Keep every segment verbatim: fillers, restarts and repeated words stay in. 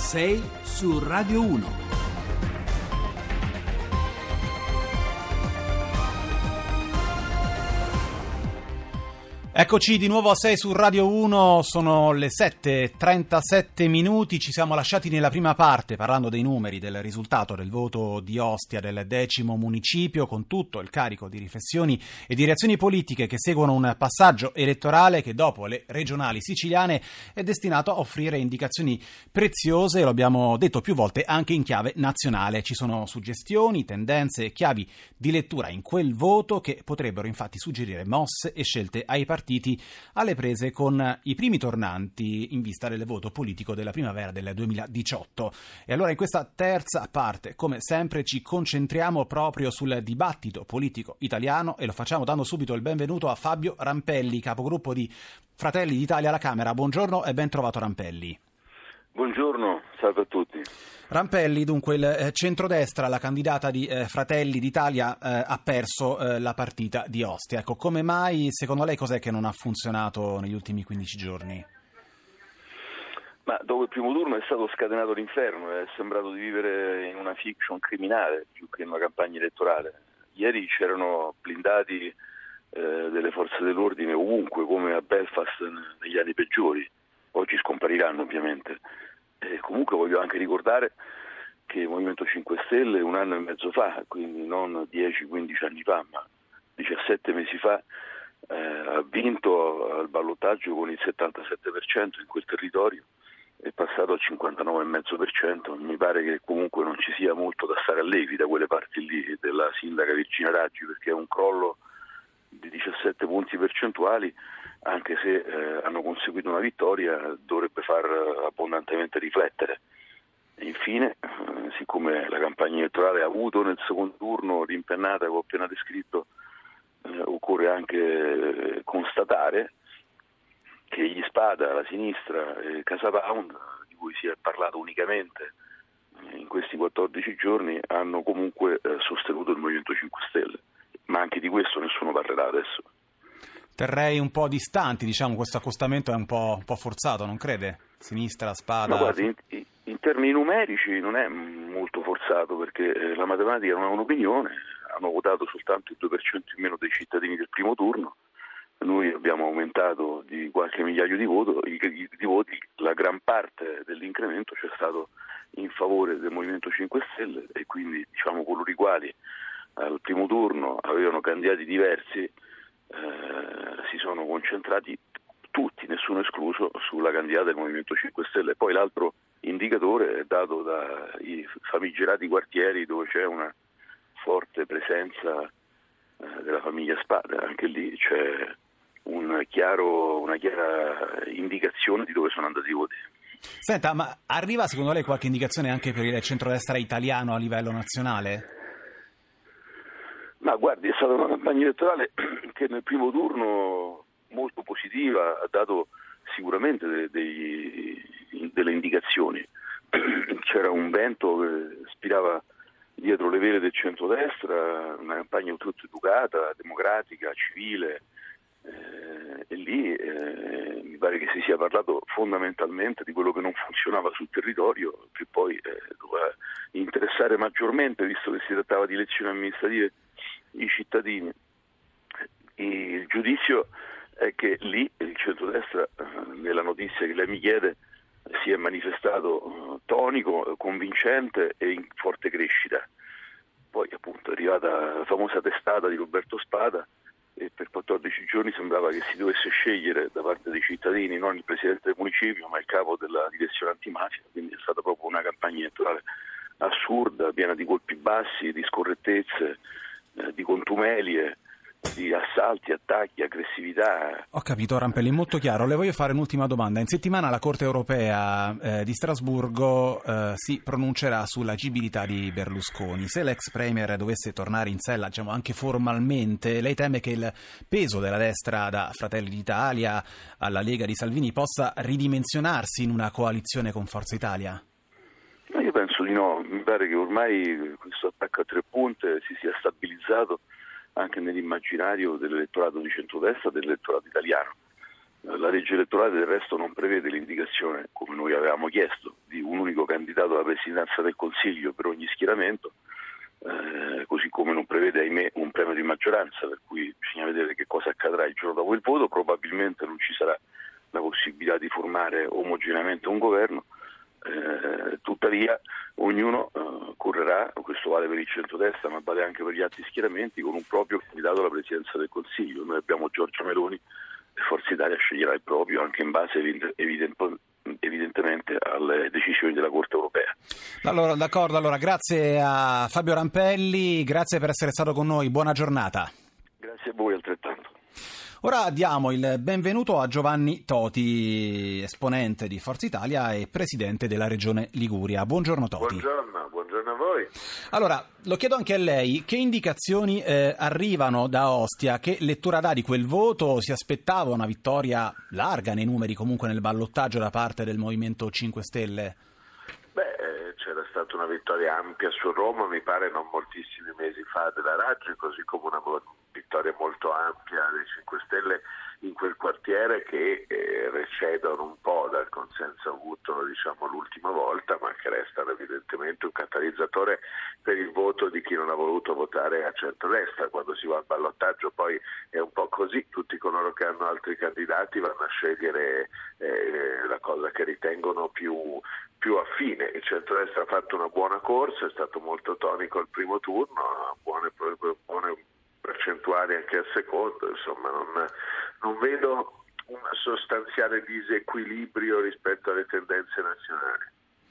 sei su Radio uno. Eccoci di nuovo a sei su Radio uno, sono le sette e trentasette minuti, ci siamo lasciati nella prima parte parlando dei numeri, del risultato del voto di Ostia del decimo municipio, con tutto il carico di riflessioni e di reazioni politiche che seguono un passaggio elettorale che dopo le regionali siciliane è destinato a offrire indicazioni preziose, lo abbiamo detto più volte, anche in chiave nazionale. Ci sono suggestioni, tendenze e chiavi di lettura in quel voto che potrebbero infatti suggerire mosse e scelte ai partiti alle prese con i primi tornanti in vista del voto politico della primavera del duemiladiciotto. E allora in questa terza parte, come sempre, ci concentriamo proprio sul dibattito politico italiano e lo facciamo dando subito il benvenuto a Fabio Rampelli, capogruppo di Fratelli d'Italia alla Camera. Buongiorno e ben trovato Rampelli. Buongiorno, salve a tutti. Rampelli, dunque il eh, centrodestra, la candidata di eh, Fratelli d'Italia eh, ha perso eh, la partita di Ostia. Ecco, come mai, secondo lei, cos'è che non ha funzionato negli ultimi quindici giorni? Ma dopo il primo turno è stato scatenato l'inferno, è sembrato di vivere in una fiction criminale più che in una campagna elettorale. Ieri c'erano blindati eh, delle forze dell'ordine ovunque, come a Belfast negli anni peggiori. Oggi scompariranno ovviamente. E comunque voglio anche ricordare che il Movimento cinque Stelle un anno e mezzo fa, quindi non dieci quindici anni fa, ma diciassette mesi fa, eh, ha vinto al ballottaggio con il settantasette per cento in quel territorio, è passato al cinquantanove virgola cinque per cento. Mi pare che comunque non ci sia molto da stare allegri da quelle parti lì della sindaca Virginia Raggi, perché è un crollo di diciassette punti percentuali. Anche se eh, hanno conseguito una vittoria, dovrebbe far eh, abbondantemente riflettere. E infine, eh, siccome la campagna elettorale ha avuto nel secondo turno l'impennata che ho appena descritto, eh, occorre anche eh, constatare che gli Spada, la sinistra e Casa Pound, di cui si è parlato unicamente eh, in questi quattordici giorni, hanno comunque eh, sostenuto il Movimento cinque Stelle. Ma anche di questo nessuno parlerà adesso. Terrei un po' distanti, diciamo, questo accostamento è un po', un po' forzato, non crede? Sinistra, Spada... Ma guardi, in, in termini numerici non è molto forzato, perché la matematica non ha un'opinione, hanno votato soltanto il due per cento in meno dei cittadini del primo turno, noi abbiamo aumentato di qualche migliaio di, voto, di, di voti, la gran parte dell'incremento c'è stato in favore del Movimento cinque Stelle e quindi diciamo coloro i quali al primo turno avevano candidati diversi Eh, si sono concentrati tutti, nessuno escluso, sulla candidata del Movimento cinque Stelle. Poi l'altro indicatore è dato dai famigerati quartieri dove c'è una forte presenza eh, della famiglia Spada. Anche lì c'è un chiaro, una chiara indicazione di dove sono andati i voti. Senta, ma arriva secondo lei qualche indicazione anche per il centrodestra italiano a livello nazionale? Ma guardi, è stata una campagna elettorale che nel primo turno molto positiva, ha dato sicuramente dei, dei, delle indicazioni. C'era un vento che spirava dietro le vele del centrodestra, una campagna tutto educata, democratica, civile, eh, e lì eh, mi pare che si sia parlato fondamentalmente di quello che non funzionava sul territorio, che poi eh, doveva interessare maggiormente, visto che si trattava di elezioni amministrative, i cittadini. Il giudizio è che lì il centrodestra, nella notizia che lei mi chiede, si è manifestato tonico, convincente e in forte crescita. Poi appunto è arrivata la famosa testata di Roberto Spada e per quattordici giorni sembrava che si dovesse scegliere da parte dei cittadini non il presidente del municipio ma il capo della direzione antimafia, quindi è stata proprio una campagna elettorale assurda, piena di colpi bassi, di scorrettezze, di contumelie, di assalti, attacchi, aggressività. Ho capito Rampelli, molto chiaro. Le voglio fare un'ultima domanda. In settimana la Corte europea eh, di Strasburgo eh, si pronuncerà sull'agibilità di Berlusconi. Se l'ex premier dovesse tornare in sella, diciamo anche formalmente, lei teme che il peso della destra, da Fratelli d'Italia alla Lega di Salvini, possa ridimensionarsi in una coalizione con Forza Italia? Ma io penso di no, mi pare che ormai questo attacco a tre punte si sia stabilizzato anche nell'immaginario dell'elettorato di centrodestra e dell'elettorato italiano. La legge elettorale del resto non prevede l'indicazione, come noi avevamo chiesto, di un unico candidato alla presidenza del Consiglio per ogni schieramento, eh, così come non prevede, ahimè, un premio di maggioranza, per cui bisogna vedere che cosa accadrà il giorno dopo il voto. Probabilmente non ci sarà la possibilità di formare omogeneamente un governo, eh, tuttavia ognuno eh, correrà, questo vale per il centrodestra ma vale anche per gli altri schieramenti, con un proprio candidato alla presidenza del Consiglio. Noi abbiamo Giorgia Meloni, Forza Italia sceglierà il proprio, anche in base evident- evidentemente alle decisioni della Corte europea. Allora, d'accordo, allora grazie a Fabio Rampelli, grazie per essere stato con noi, buona giornata. Grazie a voi altrettanto. Ora diamo il benvenuto a Giovanni Toti, esponente di Forza Italia e presidente della Regione Liguria. Buongiorno Toti. Buongiorno, buongiorno a voi. Allora, lo chiedo anche a lei, che indicazioni eh, arrivano da Ostia? Che lettura dà di quel voto? Si aspettava una vittoria larga nei numeri, comunque nel ballottaggio da parte del Movimento cinque Stelle? Beh, c'era stata una vittoria ampia su Roma, mi pare non moltissimi mesi fa della Raggi, così come una vittoria molto ampia dei cinque Stelle in quel quartiere che eh, recedono un po' dal consenso avuto, diciamo, l'ultima volta, ma che restano evidentemente un catalizzatore per il voto di chi non ha voluto votare a centrodestra. Quando si va al ballottaggio poi è un po' così, tutti coloro che hanno altri candidati vanno a scegliere eh, la cosa che ritengono più, più affine. Il centrodestra ha fatto una buona corsa, è stato molto tonico al primo turno, ha buone, buone percentuali anche al secondo, insomma non, non vedo un sostanziale disequilibrio rispetto alle tendenze nazionali.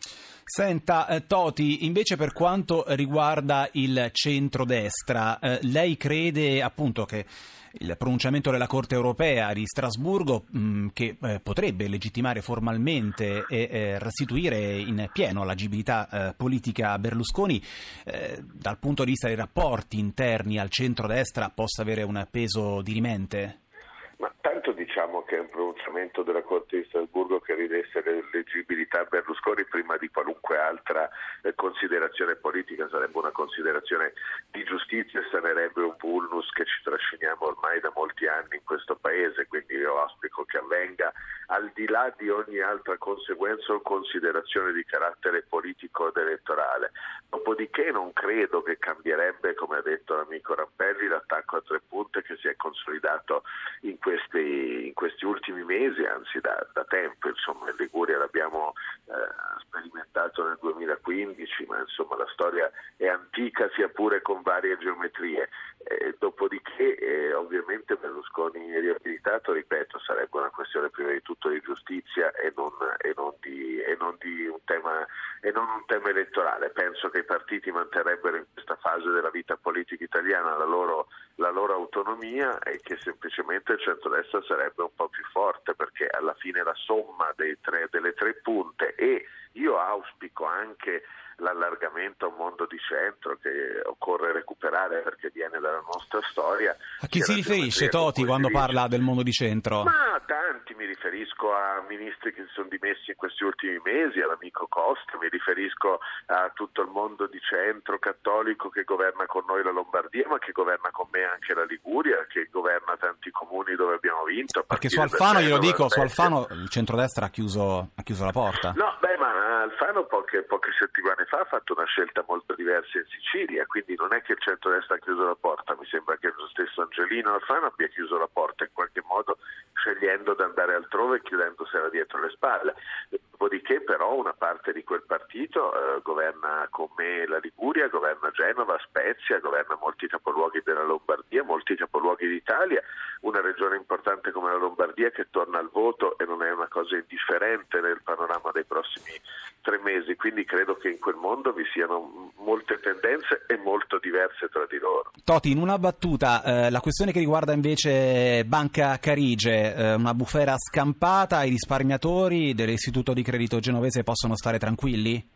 Senta, eh, Toti, invece per quanto riguarda il centrodestra, eh, lei crede appunto che il pronunciamento della Corte europea di Strasburgo, mh, che eh, potrebbe legittimare formalmente e eh, restituire in pieno l'agibilità eh, politica a Berlusconi, eh, dal punto di vista dei rapporti interni al centrodestra possa avere un peso dirimente? Ma tanto diciamo che è un pronunciamento della Corte di Strasburgo che riveste l'eleggibilità a Berlusconi prima di qualunque altra eh, considerazione politica, sarebbe una considerazione di giustizia e sanerebbe un vulnus che ci trasciniamo ormai da molti anni in questo Paese, quindi io auspico che avvenga al di là di ogni altra conseguenza o considerazione di carattere politico ed elettorale. Dopodiché non credo che cambierebbe, come ha detto l'amico Rampelli, l'attacco a tre punte che si è consolidato in questi, in questi ultimi mesi, anzi da, da tempo. Insomma, in Liguria l'abbiamo eh, sperimentato nel duemilaquindici, ma insomma la storia è antica sia pure con varie geometrie. Eh, dopodiché eh, ovviamente Berlusconi riabilitato, ripeto, sarebbe una questione prima di tutto di giustizia e non, e non, di, e non di un tema e non un tema elettorale. Penso che i partiti manterrebbero in questa fase della vita politica italiana la loro, la loro autonomia e che semplicemente il centrodestra sarebbe un po' più forte, perché alla fine la somma dei tre, delle tre punte, e io auspico anche l'allargamento a un mondo di centro che occorre recuperare perché viene dalla nostra storia. A chi si riferisce Toti quando parla del mondo di centro? Ma tanti, mi riferisco a ministri che si sono dimessi in questi ultimi mesi, all'amico Costa, mi riferisco a tutto il mondo di centro cattolico che governa con noi la Lombardia, ma che governa con me anche la Liguria, che governa tanti comuni dove abbiamo vinto. Perché su Alfano, glielo dico, su Alfano il centrodestra ha chiuso, ha chiuso la porta. No, beh, ma Alfano poche, poche settimane fa ha fatto una scelta molto diversa in Sicilia, quindi non è che il centrodestra ha chiuso la porta, mi sembra che lo stesso Angelino Alfano abbia chiuso la porta in qualche modo, scegliendo di andare altrove e chiudendosela dietro le spalle. Dopodiché però una parte di quel partito eh, governa con me la Liguria, governa Genova, Spezia, governa molti capoluoghi della Lombardia, molti capoluoghi d'Italia, una regione importante come la Lombardia che torna al voto e non è una cosa indifferente nel panorama dei prossimi tre mesi, quindi credo che in quel mondo vi siano molte tendenze e molto diverse tra di loro. Toti, in una battuta, eh, la questione che riguarda invece Banca Carige, eh, una bufera scampata, i risparmiatori dell'istituto di credito genovese possono stare tranquilli?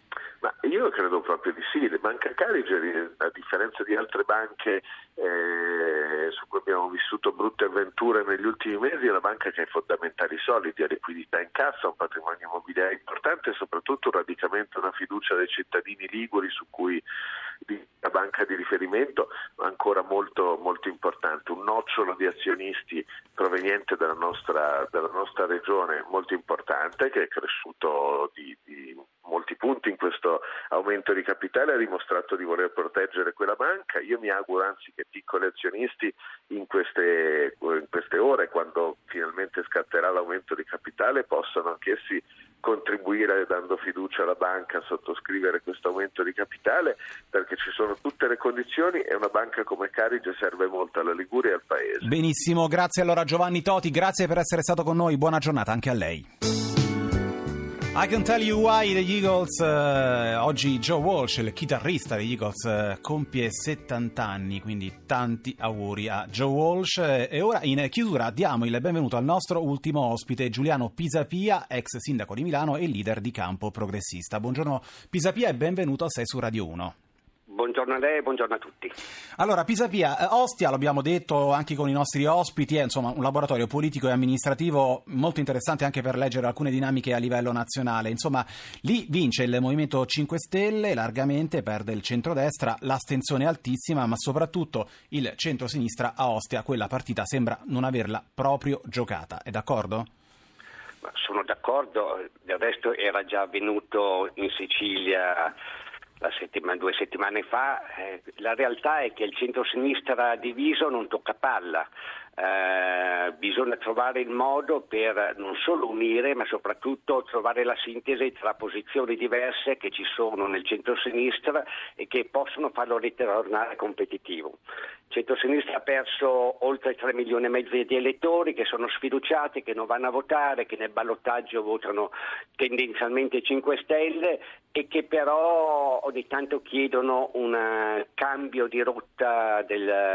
Ma io credo proprio di sì. Le Banca Carige, a differenza di altre banche eh, su cui abbiamo vissuto brutte avventure negli ultimi mesi, è una banca che ha fondamentali solidi, ha liquidità in cassa, un patrimonio immobiliare importante e soprattutto un radicamento, una fiducia dei cittadini liguri su cui di una banca di riferimento, ma ancora molto, molto importante, un nocciolo di azionisti proveniente dalla nostra, dalla nostra regione molto importante, che è cresciuto di, di molti punti in questo aumento di capitale, ha dimostrato di voler proteggere quella banca. Io mi auguro anzi che piccoli azionisti in queste, in queste ore, quando finalmente scatterà l'aumento di capitale, possano anch'essi contribuire dando fiducia alla banca a sottoscrivere questo aumento di capitale, perché ci sono tutte le condizioni e una banca come Carige serve molto alla Liguria e al Paese. Benissimo, grazie allora Giovanni Toti, grazie per essere stato con noi, buona giornata anche a lei. I Can Tell You Why degli Eagles, eh, oggi Joe Walsh, il chitarrista degli Eagles, eh, compie settanta anni, quindi tanti auguri a Joe Walsh. Eh, e ora in chiusura diamo il benvenuto al nostro ultimo ospite, Giuliano Pisapia, ex sindaco di Milano e leader di Campo Progressista. Buongiorno Pisapia e benvenuto a Sei su Radio uno. Buongiorno a lei e buongiorno a tutti. Allora, Pisapia, Ostia, l'abbiamo detto anche con i nostri ospiti, è insomma un laboratorio politico e amministrativo molto interessante anche per leggere alcune dinamiche a livello nazionale. Insomma, lì vince il Movimento cinque Stelle largamente, perde il centrodestra, l'astensione è altissima, ma soprattutto il centrosinistra a Ostia, quella partita sembra non averla proprio giocata. È d'accordo? Sono d'accordo, del resto era già avvenuto in Sicilia La settima, due settimane fa. Eh, la realtà è che il centro-sinistra diviso non tocca palla. Eh, bisogna trovare il modo per non solo unire, ma soprattutto trovare la sintesi tra posizioni diverse che ci sono nel centro-sinistra e che possono farlo ritornare competitivo. Il centro-sinistra ha perso oltre tre milioni e mezzo di elettori che sono sfiduciati, che non vanno a votare, che nel ballottaggio votano tendenzialmente cinque Stelle e che però ogni tanto chiedono un cambio di rotta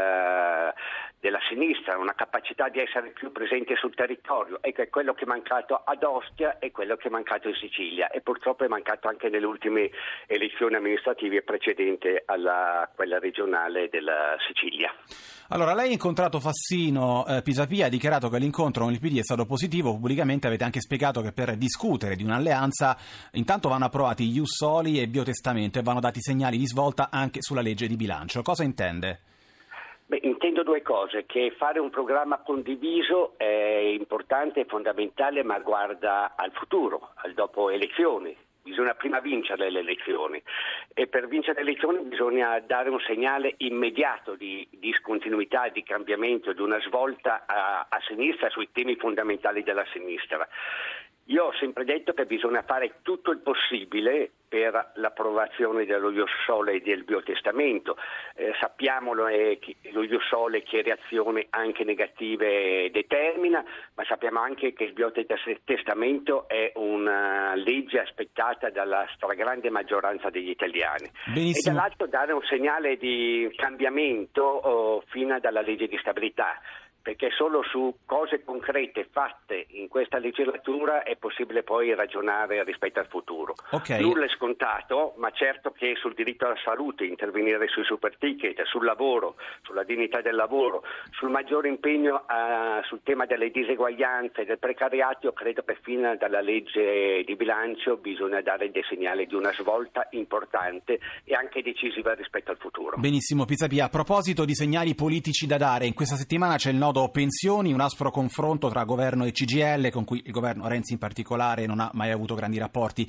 del, della sinistra, una capacità di essere più presente sul territorio. Ecco, è quello che è mancato ad Ostia e quello che è mancato in Sicilia e purtroppo è mancato anche nelle ultime elezioni amministrative precedenti alla quella regionale della Sicilia. Allora, lei ha incontrato Fassino, eh, Pisapia ha dichiarato che l'incontro con il P D è stato positivo, pubblicamente avete anche spiegato che per discutere di un'alleanza intanto vanno approvati Ius Soli e biotestamento e vanno dati segnali di svolta anche sulla legge di bilancio. Cosa intende? Beh, intendo due cose, che fare un programma condiviso è importante e fondamentale, ma guarda al futuro, al dopo elezioni. Bisogna prima vincere le elezioni e per vincere le elezioni bisogna dare un segnale immediato di discontinuità, di cambiamento, di una svolta a, a sinistra sui temi fondamentali della sinistra. Io ho sempre detto che bisogna fare tutto il possibile per l'approvazione dello Ius Soli e del biotestamento. Eh, sappiamolo, eh, lo Ius Soli che reazioni anche negative determina, ma sappiamo anche che il biotestamento è una legge aspettata dalla stragrande maggioranza degli italiani. Benissimo. E dall'altro dare un segnale di cambiamento oh, fino alla legge di stabilità, perché solo su cose concrete fatte in questa legislatura è possibile poi ragionare rispetto al futuro. Okay. Nulla è scontato, ma certo che sul diritto alla salute, intervenire sui super ticket, sul lavoro, sulla dignità del lavoro, sul maggiore impegno uh, sul tema delle diseguaglianze e del precariato, io credo che fino dalla legge di bilancio bisogna dare dei segnali di una svolta importante e anche decisiva rispetto al futuro. Benissimo, Pisapia. A proposito di segnali politici da dare, in questa settimana c'è il nodo pensioni, un aspro confronto tra governo e C G I L, con cui il governo Renzi in particolare non ha mai avuto grandi rapporti.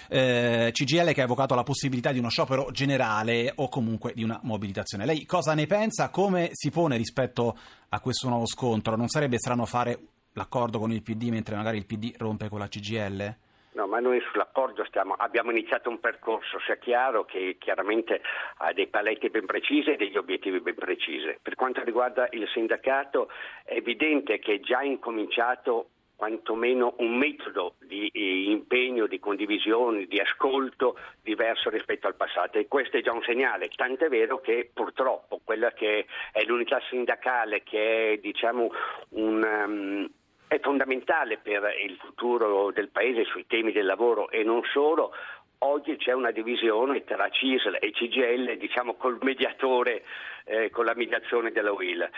Eh, C G I L che ha evocato la possibilità di uno sciopero generale o comunque di una mobilitazione. Lei cosa ne pensa? Come si pone rispetto a questo nuovo scontro? Non sarebbe strano fare l'accordo con il P D mentre magari il P D rompe con la C G I L? No, ma noi sull'accordo stiamo, abbiamo iniziato un percorso, sia chiaro, che chiaramente ha dei paletti ben precisi e degli obiettivi ben precisi. Per quanto riguarda il sindacato è evidente che è già incominciato quantomeno un metodo di eh, impegno, di condivisione, di ascolto diverso rispetto al passato e questo è già un segnale, tant'è vero che purtroppo quella che è l'unità sindacale, che è diciamo un... Um, è fondamentale per il futuro del Paese sui temi del lavoro e non solo. Oggi c'è una divisione tra C I S L e C G I L, diciamo col mediatore, eh, con la mediazione della U I L.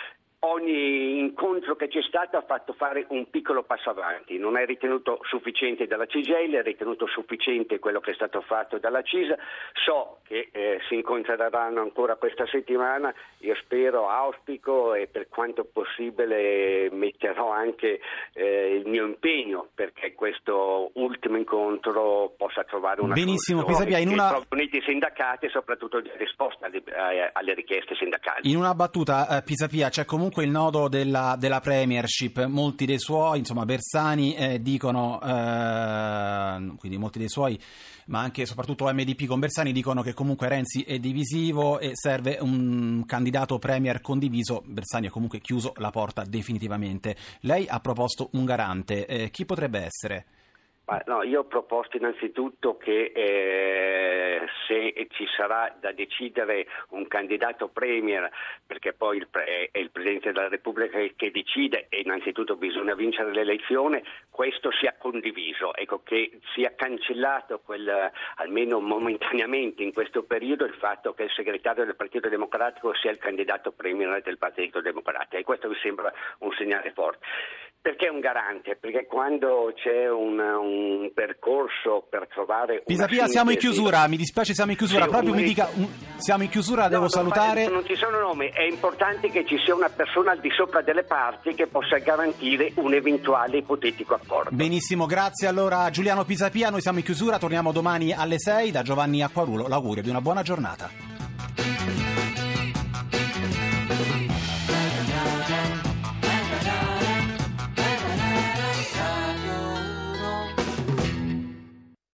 ogni incontro che c'è stato ha fatto fare un piccolo passo avanti, non è ritenuto sufficiente dalla C G I L, è ritenuto sufficiente quello che è stato fatto dalla C I S A. So che eh, si incontreranno ancora questa settimana, io spero, auspico e per quanto possibile metterò anche eh, il mio impegno perché questo ultimo incontro possa trovare una Benissimo, soluzione Pisapia, in una... uniti i sindacati e soprattutto di risposta alle, alle richieste sindacali. In una battuta, eh, Pisapia, c'è comunque il nodo della, della premiership, molti dei suoi, insomma Bersani eh, dicono, eh, quindi molti dei suoi, ma anche e soprattutto M D P con Bersani dicono che comunque Renzi è divisivo e serve un candidato premier condiviso. Bersani ha comunque chiuso la porta definitivamente. Lei ha proposto un garante, eh, chi potrebbe essere? No, io ho proposto innanzitutto che eh, se ci sarà da decidere un candidato premier, perché poi il pre- è il Presidente della Repubblica che decide e innanzitutto bisogna vincere l'elezione, questo sia condiviso, ecco, che sia cancellato quel, almeno momentaneamente in questo periodo il fatto che il segretario del Partito Democratico sia il candidato premier del Partito Democratico, e questo mi sembra un segnale forte. Perché è un garante? Perché quando c'è un, un percorso per trovare una Pisapia, siamo in chiusura, mi dispiace, siamo in chiusura, sì, proprio mi dica, un, siamo in chiusura, no, devo salutare. Non ci sono nomi, è importante che ci sia una persona al di sopra delle parti che possa garantire un eventuale ipotetico accordo. Benissimo, grazie allora Giuliano Pisapia, noi siamo in chiusura, torniamo domani alle sei, da Giovanni Acquarulo, l'augurio di una buona giornata.